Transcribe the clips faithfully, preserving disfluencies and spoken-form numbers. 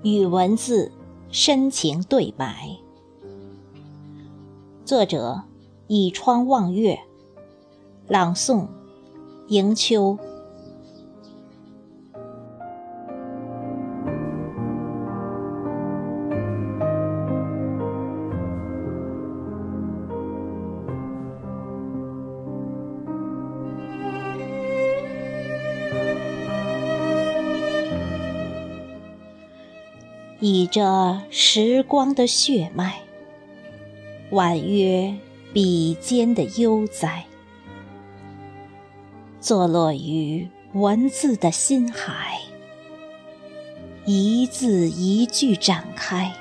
与文字深情对白。作者：倚窗望月，朗诵：迎秋。倚着时光的血脉，婉约笔尖的悠哉，坐落于文字的心海，一字一句展开，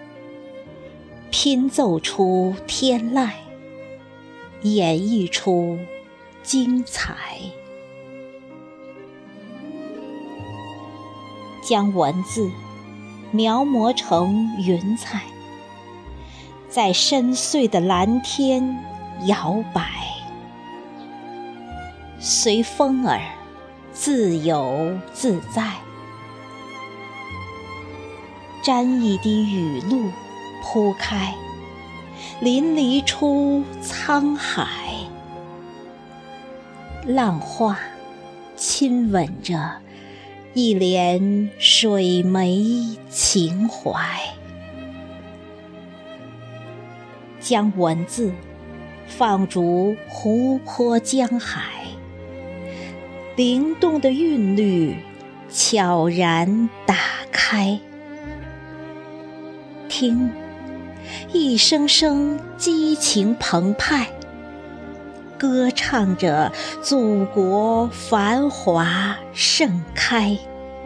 拼奏出天籁，演绎出精彩。将文字描摹成云彩，在深邃的蓝天摇摆，随风儿自由自在。沾一滴雨露铺开，淋漓出沧海。浪花亲吻着一帘水湄情怀，将文字放逐湖泊江海，灵动的韵律悄然打开。听，一声声激情澎湃，歌唱着祖国繁华盛开。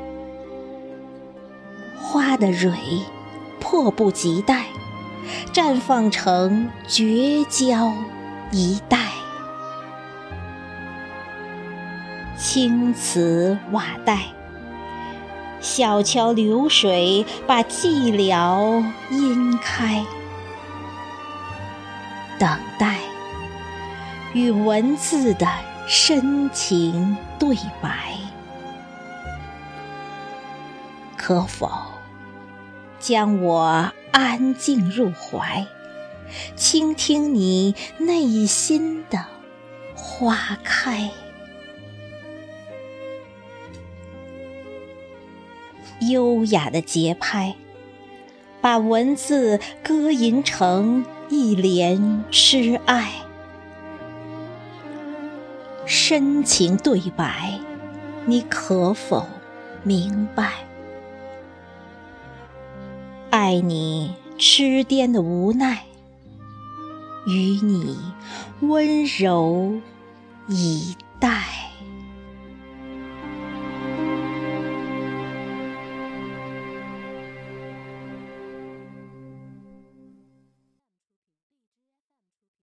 花的蕊迫不及待，绽放成绝交一代。青瓷瓦带，小桥流水把寂寥洇开。等待与文字的深情对白，可否将我安静入怀，倾听你内心的花开。优雅的节拍，把文字歌吟成一帘痴爱。深情对白，你可否明白？爱你痴癫的无奈，与你温柔以待。